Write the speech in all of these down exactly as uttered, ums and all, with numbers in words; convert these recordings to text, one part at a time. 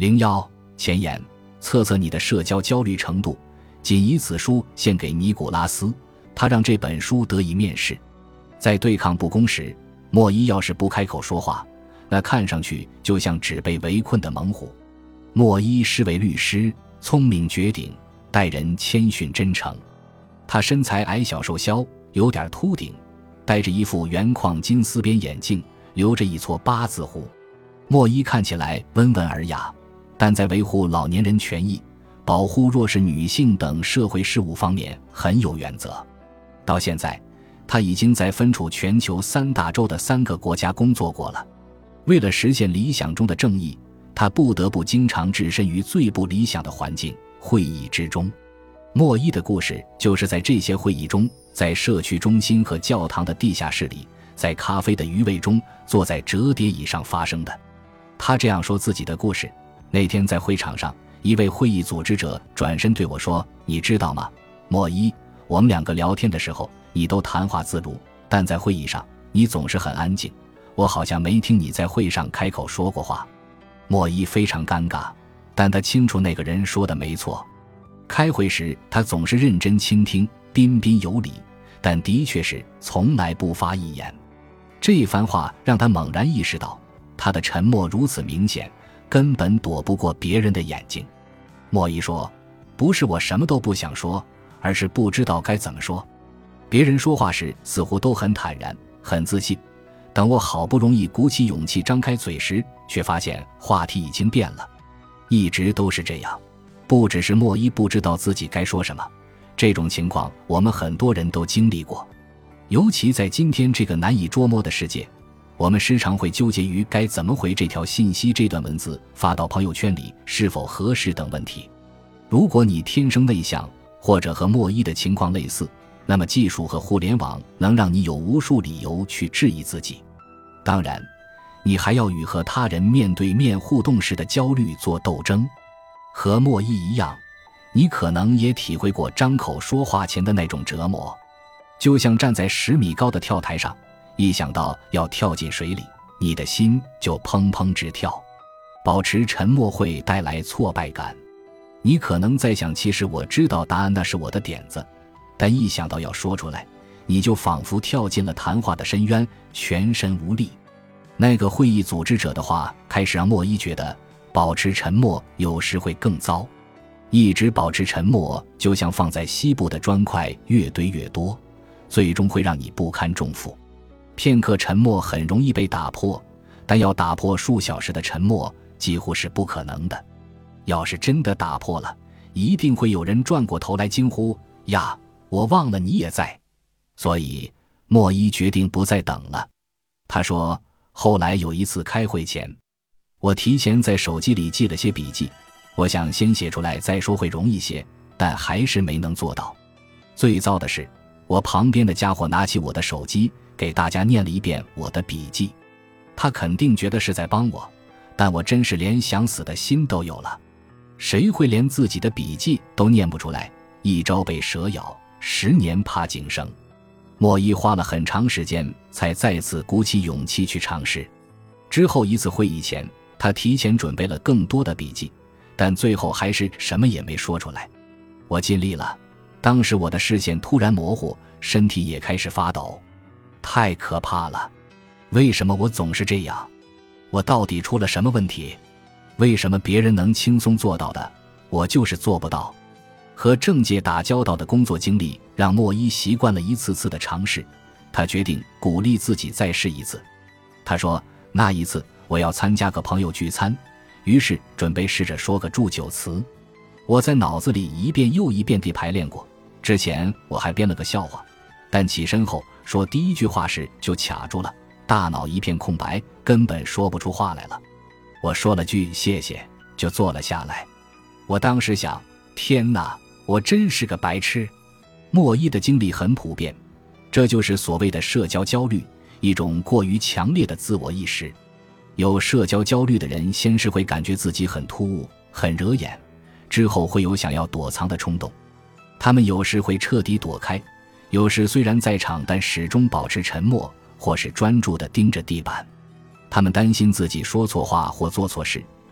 零幺前言，测测你的社交焦虑程度，仅以此书献给尼古拉斯，他让这本书得以面世。在对抗不公时，莫伊要是不开口说话，那看上去就像只被围困的猛虎。莫伊是位律师，聪明绝顶，待人谦逊真诚。他身材矮小瘦削，有点秃顶，戴着一副圆框金丝边眼镜，留着一撮八字胡。莫伊看起来温文尔雅，但在维护老年人权益、保护弱势女性等社会事务方面很有原则。到现在，他已经在分处全球三大洲的三个国家工作过了。为了实现理想中的正义，他不得不经常置身于最不理想的环境会议之中。莫伊的故事就是在这些会议中，在社区中心和教堂的地下室里，在咖啡的余味中，坐在折叠椅上发生的。他这样说自己的故事：那天在会场上，一位会议组织者转身对我说，你知道吗，莫伊，我们两个聊天的时候你都谈话自如，但在会议上你总是很安静，我好像没听你在会上开口说过话。莫伊非常尴尬，但他清楚那个人说的没错。开会时他总是认真倾听，彬彬有礼，但的确是从来不发一言。这番话让他猛然意识到，他的沉默如此明显，根本躲不过别人的眼睛。莫伊说，不是我什么都不想说，而是不知道该怎么说。别人说话时似乎都很坦然，很自信，等我好不容易鼓起勇气张开嘴时，却发现话题已经变了。一直都是这样，不只是莫伊不知道自己该说什么，这种情况我们很多人都经历过。尤其在今天这个难以捉摸的世界，我们时常会纠结于该怎么回这条信息，这段文字发到朋友圈里是否合适等问题。如果你天生内向，或者和莫伊的情况类似，那么技术和互联网能让你有无数理由去质疑自己。当然，你还要与和他人面对面互动时的焦虑做斗争。和莫伊一样，你可能也体会过张口说话前的那种折磨。就像站在十米高的跳台上，一想到要跳进水里，你的心就砰砰直跳。保持沉默会带来挫败感。你可能在想，其实我知道答案，那是我的点子，但一想到要说出来，你就仿佛跳进了谈话的深渊，全身无力。那个会议组织者的话开始让莫伊觉得保持沉默有时会更糟。一直保持沉默就像放在西部的砖块越堆越多，最终会让你不堪重负。片刻沉默很容易被打破，但要打破数小时的沉默几乎是不可能的。要是真的打破了，一定会有人转过头来惊呼，呀，我忘了你也在。所以莫伊决定不再等了。他说，后来有一次开会前，我提前在手机里记了些笔记，我想先写出来再说会容易些，但还是没能做到。最糟的是，我旁边的家伙拿起我的手机给大家念了一遍我的笔记。他肯定觉得是在帮我，但我真是连想死的心都有了。谁会连自己的笔记都念不出来？一朝被蛇咬，十年怕井绳。莫伊花了很长时间才再次鼓起勇气去尝试。之后一次会议前，他提前准备了更多的笔记，但最后还是什么也没说出来。我尽力了，当时我的视线突然模糊，身体也开始发抖。太可怕了！为什么我总是这样？我到底出了什么问题？为什么别人能轻松做到的，我就是做不到？和政界打交道的工作经历让莫伊习惯了一次次的尝试，他决定鼓励自己再试一次。他说，那一次我要参加个朋友聚餐，于是准备试着说个祝酒词。我在脑子里一遍又一遍地排练过，之前我还编了个笑话，但起身后说第一句话时就卡住了，大脑一片空白，根本说不出话来了。我说了句谢谢，就坐了下来。我当时想，天哪，我真是个白痴。莫伊的经历很普遍，这就是所谓的社交焦虑，一种过于强烈的自我意识。有社交焦虑的人先是会感觉自己很突兀，很惹眼，之后会有想要躲藏的冲动。他们有时会彻底躲开，有时虽然在场但始终保持沉默，或是专注地盯着地板。他们担心自己说错话或做错事，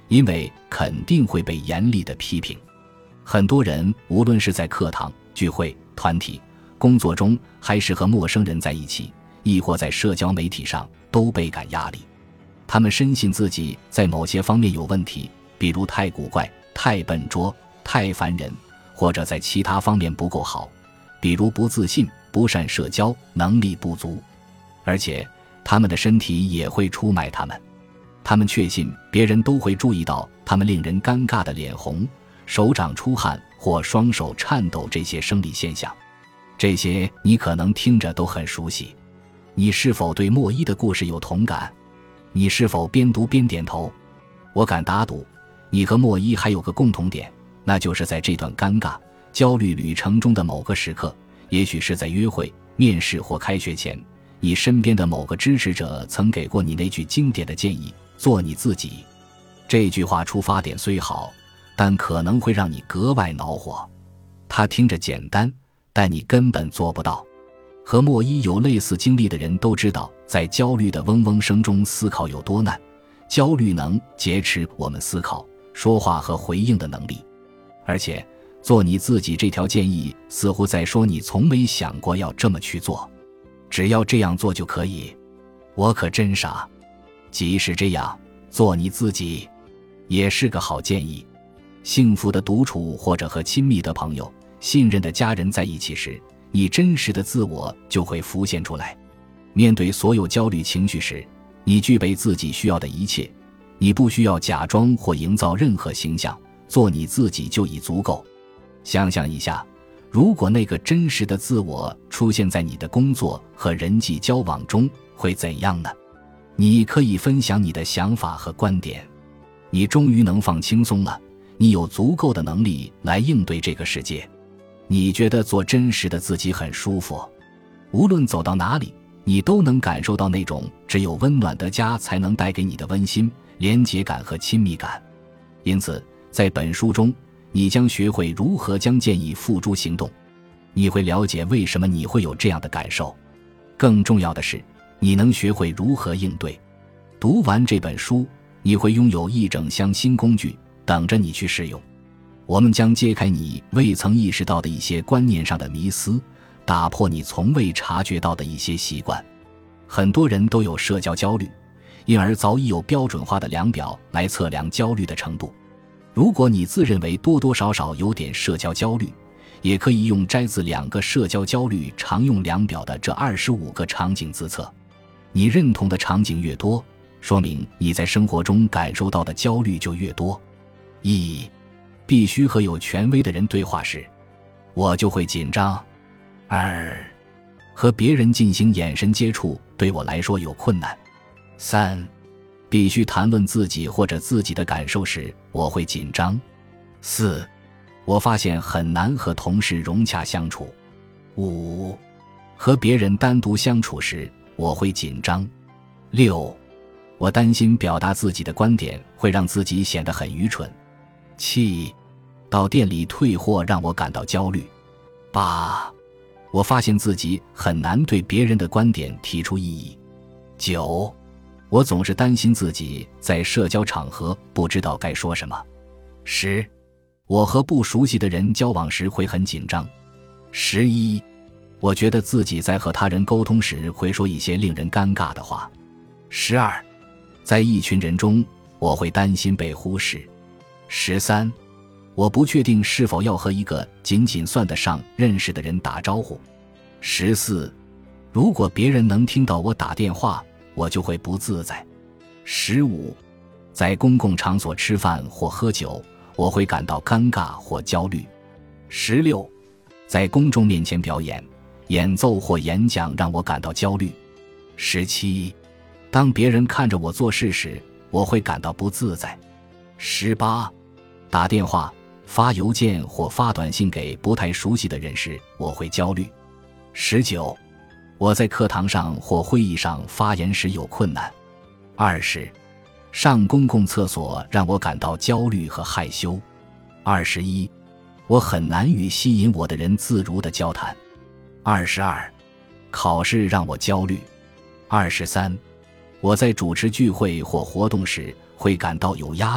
因为肯定会被严厉的批评。很多人无论是在课堂、聚会、团体、工作中，还是和陌生人在一起，亦或在社交媒体上，都倍感压力。他们深信自己在某些方面有问题，比如太古怪、太笨拙、太烦人，或者在其他方面不够好，比如不自信、不善社交、能力不足。而且他们的身体也会出卖他们。他们确信别人都会注意到他们令人尴尬的脸红、手掌出汗或双手颤抖这些生理现象。这些你可能听着都很熟悉。你是否对莫伊的故事有同感？你是否边读边点头？我敢打赌，你和莫伊还有个共同点，那就是在这段尴尬、焦虑旅程中的某个时刻，也许是在约会、面试或开学前，你身边的某个支持者曾给过你那句经典的建议：做你自己。这句话出发点虽好，但可能会让你格外恼火。它听着简单，但你根本做不到。和莫伊有类似经历的人都知道，在焦虑的嗡嗡声中思考有多难。焦虑能劫持我们思考、说话和回应的能力。而且做你自己这条建议似乎在说你从没想过要这么去做，只要这样做就可以。我可真傻。即使这样，做你自己也是个好建议。幸福的独处或者和亲密的朋友、信任的家人在一起时，你真实的自我就会浮现出来。面对所有焦虑情绪时，你具备自己需要的一切，你不需要假装或营造任何形象，做你自己就已足够。想想一下，如果那个真实的自我出现在你的工作和人际交往中，会怎样呢？你可以分享你的想法和观点。你终于能放轻松了，你有足够的能力来应对这个世界。你觉得做真实的自己很舒服，无论走到哪里，你都能感受到那种只有温暖的家才能带给你的温馨、连结感和亲密感。因此，在本书中，你将学会如何将建议付诸行动。你会了解为什么你会有这样的感受。更重要的是，你能学会如何应对。读完这本书，你会拥有一整箱新工具，等着你去试用。我们将揭开你未曾意识到的一些观念上的迷思，打破你从未察觉到的一些习惯。很多人都有社交焦虑，因而早已有标准化的量表来测量焦虑的程度。如果你自认为多多少少有点社交焦虑，也可以用摘自两个社交焦虑常用量表的这二十五个场景自测。你认同的场景越多，说明你在生活中感受到的焦虑就越多。一、必须和有权威的人对话时，我就会紧张。二、和别人进行眼神接触对我来说有困难。三、必须谈论自己或者自己的感受时，我会紧张。四、我发现很难和同事融洽相处。五、和别人单独相处时，我会紧张。六、我担心表达自己的观点会让自己显得很愚蠢。七、到店里退货让我感到焦虑。八、我发现自己很难对别人的观点提出异议。九、我总是担心自己在社交场合不知道该说什么。十、我和不熟悉的人交往时会很紧张。十一、我觉得自己在和他人沟通时会说一些令人尴尬的话。十二、在一群人中，我会担心被忽视。十三、我不确定是否要和一个仅仅算得上认识的人打招呼。十四、如果别人能听到我打电话，我就会不自在。十五、在公共场所吃饭或喝酒，我会感到尴尬或焦虑。十六、在公众面前表演、演奏或演讲让我感到焦虑。十七、当别人看着我做事时，我会感到不自在。十八、打电话、发邮件或发短信给不太熟悉的人时，我会焦虑。十九、我在课堂上或会议上发言时有困难。二十、上公共厕所让我感到焦虑和害羞。二十一、我很难与吸引我的人自如地交谈。二十二、考试让我焦虑。二十三、我在主持聚会或活动时会感到有压力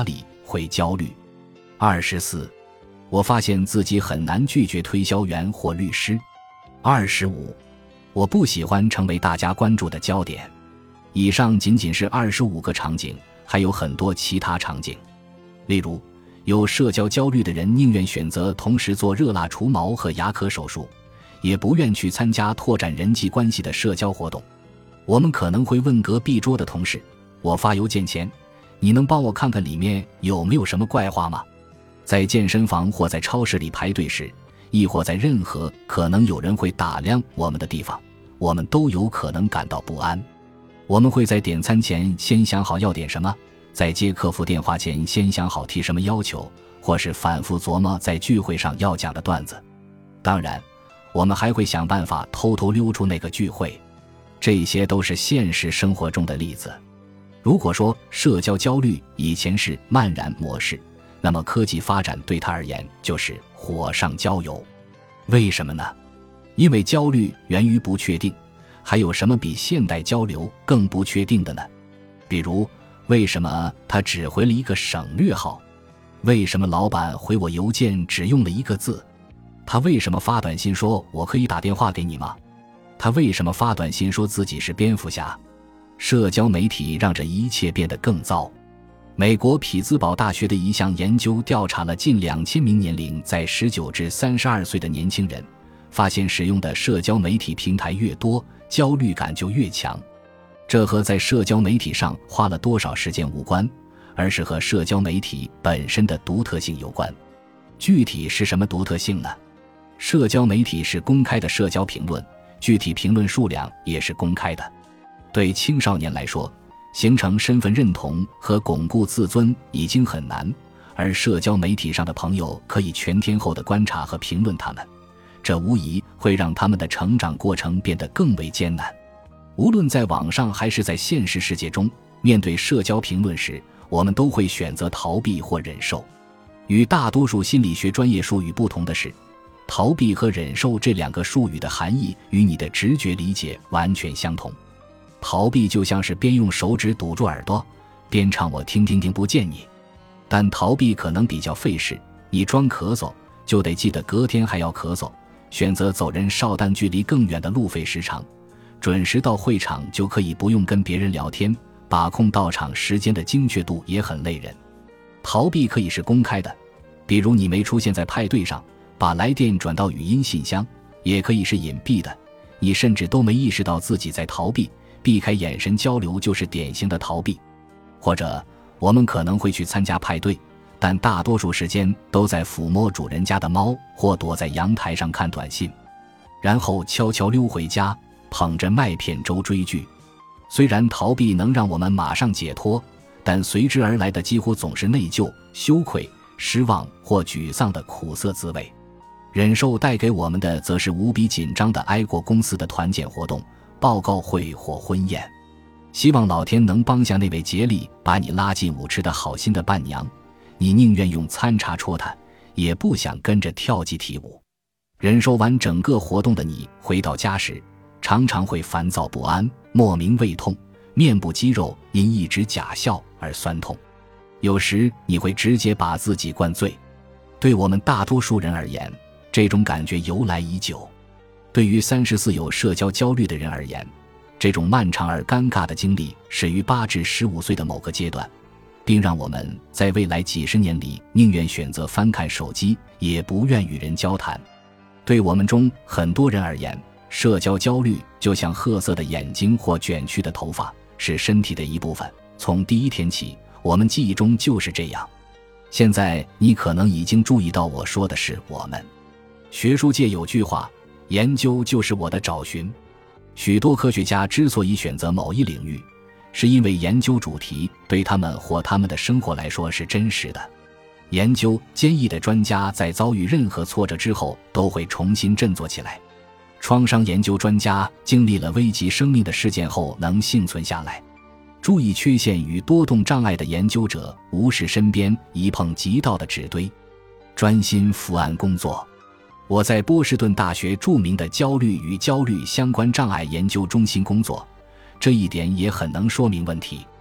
会焦虑。二十四，我发现自己很难拒绝推销员或律师。二十五，我不喜欢成为大家关注的焦点。以上仅仅是二十五个场景，还有很多其他场景。例如，有社交焦虑的人宁愿选择同时做热蜡除毛和牙科手术，也不愿去参加拓展人际关系的社交活动。我们可能会问隔壁桌的同事，我发邮件前，你能帮我看看里面有没有什么怪话吗？在健身房或在超市里排队时，亦或在任何可能有人会打量我们的地方，我们都有可能感到不安。我们会在点餐前先想好要点什么，在接客服电话前先想好提什么要求，或是反复琢磨在聚会上要讲的段子。当然，我们还会想办法偷偷溜出那个聚会。这些都是现实生活中的例子。如果说社交焦虑以前是漫然模式，那么科技发展对它而言就是火上浇油。为什么呢？因为焦虑源于不确定。还有什么比现代交流更不确定的呢？比如，为什么他只回了一个省略号？为什么老板回我邮件只用了一个字？他为什么发短信说我可以打电话给你吗？他为什么发短信说自己是蝙蝠侠？社交媒体让这一切变得更糟。美国匹兹堡大学的一项研究调查了近两千名年龄在十九至三十二岁的年轻人，发现使用的社交媒体平台越多，焦虑感就越强。这和在社交媒体上花了多少时间无关，而是和社交媒体本身的独特性有关。具体是什么独特性呢？社交媒体是公开的社交评论，具体评论数量也是公开的。对青少年来说，形成身份认同和巩固自尊已经很难，而社交媒体上的朋友可以全天候的观察和评论他们，这无疑会让他们的成长过程变得更为艰难。无论在网上还是在现实世界中，面对社交评论时，我们都会选择逃避或忍受。与大多数心理学专业术语不同的是，逃避和忍受这两个术语的含义与你的直觉理解完全相同。逃避就像是边用手指堵住耳朵，边唱我听听听不见你。但逃避可能比较费事，你装咳嗽就得记得隔天还要咳嗽，选择走人少但距离更远的路费时长，准时到会场就可以不用跟别人聊天，把控到场时间的精确度也很累人。逃避可以是公开的，比如你没出现在派对上，把来电转到语音信箱，也可以是隐蔽的，你甚至都没意识到自己在逃避，避开眼神交流就是典型的逃避。或者我们可能会去参加派对，但大多数时间都在抚摸主人家的猫，或躲在阳台上看短信，然后悄悄溜回家，捧着麦片粥追剧。虽然逃避能让我们马上解脱，但随之而来的几乎总是内疚、羞愧、失望或沮丧的苦涩滋味。忍受带给我们的则是无比紧张的挨过公司的团建活动、报告会或婚宴。希望老天能帮下那位竭力把你拉进舞池的好心的伴娘，你宁愿用餐茶戳她，也不想跟着跳集体舞。忍受完整个活动的你回到家时，常常会烦躁不安，莫名胃痛，面部肌肉因一直假笑而酸痛。有时你会直接把自己灌醉。对我们大多数人而言，这种感觉由来已久。对于三十四有社交焦虑的人而言，这种漫长而尴尬的经历始于八至十五岁的某个阶段，并让我们在未来几十年里宁愿选择翻看手机，也不愿与人交谈。对我们中很多人而言，社交焦虑就像褐色的眼睛或卷曲的头发，是身体的一部分。从第一天起，我们记忆中就是这样。现在你可能已经注意到我说的是我们。学术界有句话，研究就是我的找寻。许多科学家之所以选择某一领域，是因为研究主题对他们或他们的生活来说是真实的。研究坚毅的专家在遭遇任何挫折之后都会重新振作起来。创伤研究专家经历了危及生命的事件后能幸存下来。注意缺陷与多动障碍的研究者无视身边一碰即到的纸堆，专心伏案工作。我在波士顿大学著名的焦虑与焦虑相关障碍研究中心工作，这一点也很能说明问题。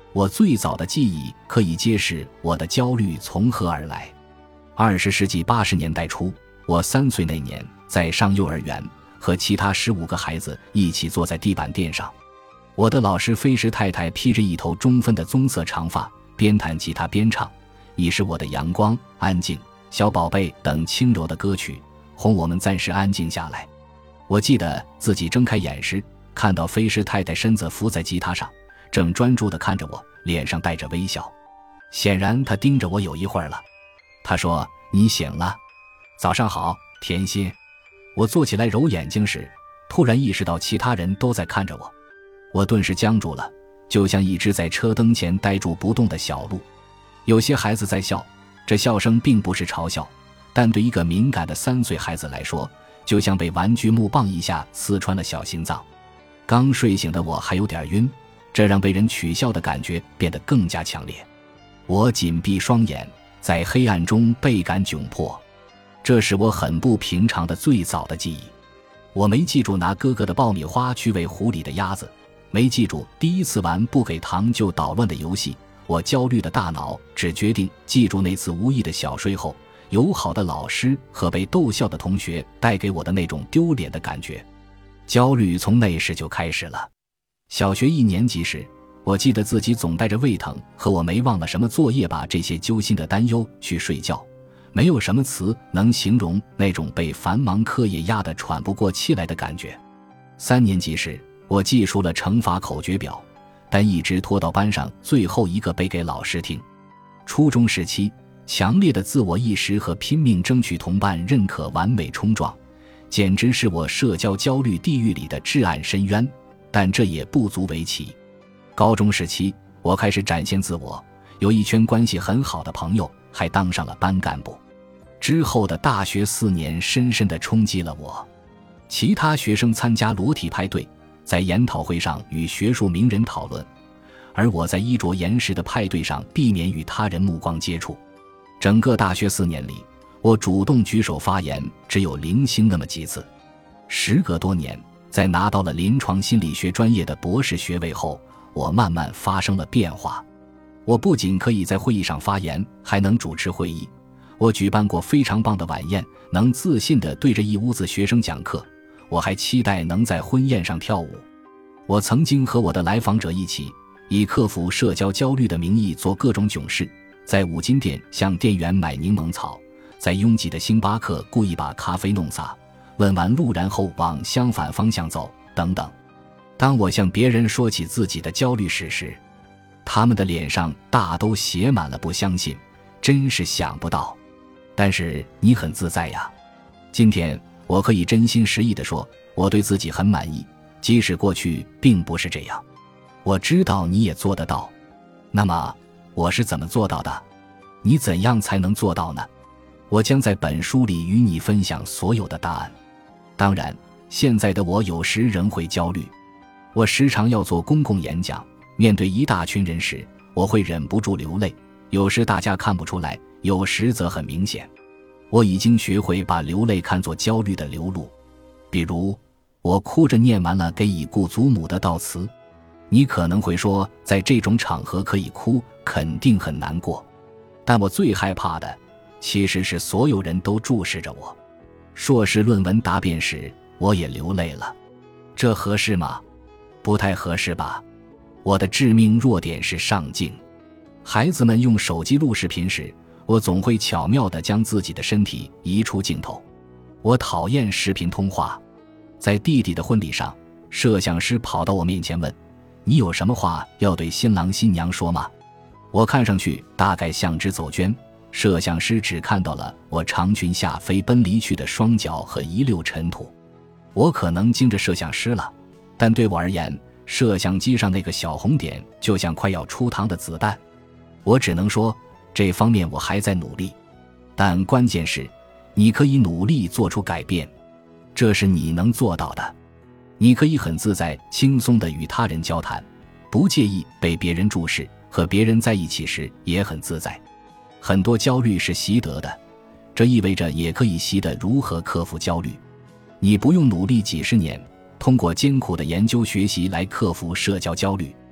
我最早的记忆可以揭示我的焦虑从何而来。二十世纪八十年代初，我三岁那年，在上幼儿园，和其他十五个孩子一起坐在地板垫上。我的老师菲什太太披着一头中分的棕色长发，边弹吉他边唱你是我的阳光、安静、小宝贝等轻柔的歌曲，哄我们暂时安静下来。我记得自己睁开眼时，看到菲什太太身子伏在吉他上，正专注地看着我，脸上带着微笑。显然她盯着我有一会儿了。她说：你醒了，早上好，甜心。我坐起来揉眼睛时，突然意识到其他人都在看着我，我顿时僵住了，就像一只在车灯前呆住不动的小鹿。有些孩子在笑，这笑声并不是嘲笑，但对一个敏感的三岁孩子来说，就像被玩具木棒一下刺穿了小心脏。刚睡醒的我还有点晕，这让被人取笑的感觉变得更加强烈。我紧闭双眼，在黑暗中倍感窘迫。这是我很不平常的最早的记忆。我没记住拿哥哥的爆米花去喂湖里的鸭子，没记住第一次玩不给糖就捣乱的游戏。我焦虑的大脑只决定记住那次无意的小睡后，友好的老师和被逗笑的同学带给我的那种丢脸的感觉。焦虑从那时就开始了。小学一年级时，我记得自己总带着胃疼和我没忘了什么作业吧这些揪心的担忧去睡觉。没有什么词能形容那种被繁忙课业压得喘不过气来的感觉。三年级时，我记熟了乘法口诀表，但一直拖到班上最后一个背给老师听。初中时期，强烈的自我意识和拼命争取同伴认可完美冲撞，简直是我社交焦虑地狱里的至暗深渊，但这也不足为奇。高中时期，我开始展现自我，有一圈关系很好的朋友，还当上了班干部。之后的大学四年深深地冲击了我。其他学生参加裸体派对，在研讨会上与学术名人讨论，而我在衣着严实的派对上避免与他人目光接触。整个大学四年里，我主动举手发言只有零星那么几次。时隔多年，在拿到了临床心理学专业的博士学位后，我慢慢发生了变化。我不仅可以在会议上发言，还能主持会议。我举办过非常棒的晚宴，能自信地对着一屋子学生讲课。我还期待能在婚宴上跳舞。我曾经和我的来访者一起，以克服社交焦虑的名义做各种囧事，在五金店向店员买柠檬草，在拥挤的星巴克故意把咖啡弄洒，问完路然后往相反方向走，等等。当我向别人说起自己的焦虑史时，他们的脸上大都写满了不相信，真是想不到。但是你很自在呀。今天我可以真心实意地说，我对自己很满意，即使过去并不是这样。我知道你也做得到。那么我是怎么做到的？你怎样才能做到呢？我将在本书里与你分享所有的答案。当然，现在的我有时仍会焦虑。我时常要做公共演讲，面对一大群人时，我会忍不住流泪，有时大家看不出来，有时则很明显。我已经学会把流泪看作焦虑的流露。比如，我哭着念完了给已故祖母的悼词。你可能会说，在这种场合可以哭，肯定很难过。但我最害怕的，其实是所有人都注视着我。硕士论文答辩时，我也流泪了。这合适吗？不太合适吧。我的致命弱点是上镜。孩子们用手机录视频时，我总会巧妙地将自己的身体移出镜头。我讨厌视频通话。在弟弟的婚礼上，摄像师跑到我面前问，你有什么话要对新郎新娘说吗？我看上去大概像只走绢，摄像师只看到了我长裙下飞奔离去的双脚和一溜尘土。我可能惊着摄像师了，但对我而言，摄像机上那个小红点就像快要出膛的子弹。我只能说，这方面我还在努力。但关键是，你可以努力做出改变，这是你能做到的。你可以很自在轻松地与他人交谈，不介意被别人注视，和别人在一起时也很自在。很多焦虑是习得的，这意味着也可以习得如何克服焦虑。你不用努力几十年，通过艰苦的研究学习来克服社交焦虑。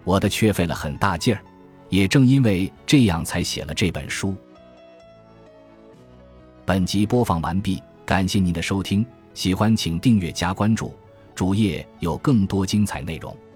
我的却费了很大劲儿，也正因为这样才写了这本书。本集播放完毕，感谢您的收听，喜欢请订阅加关注，主页有更多精彩内容。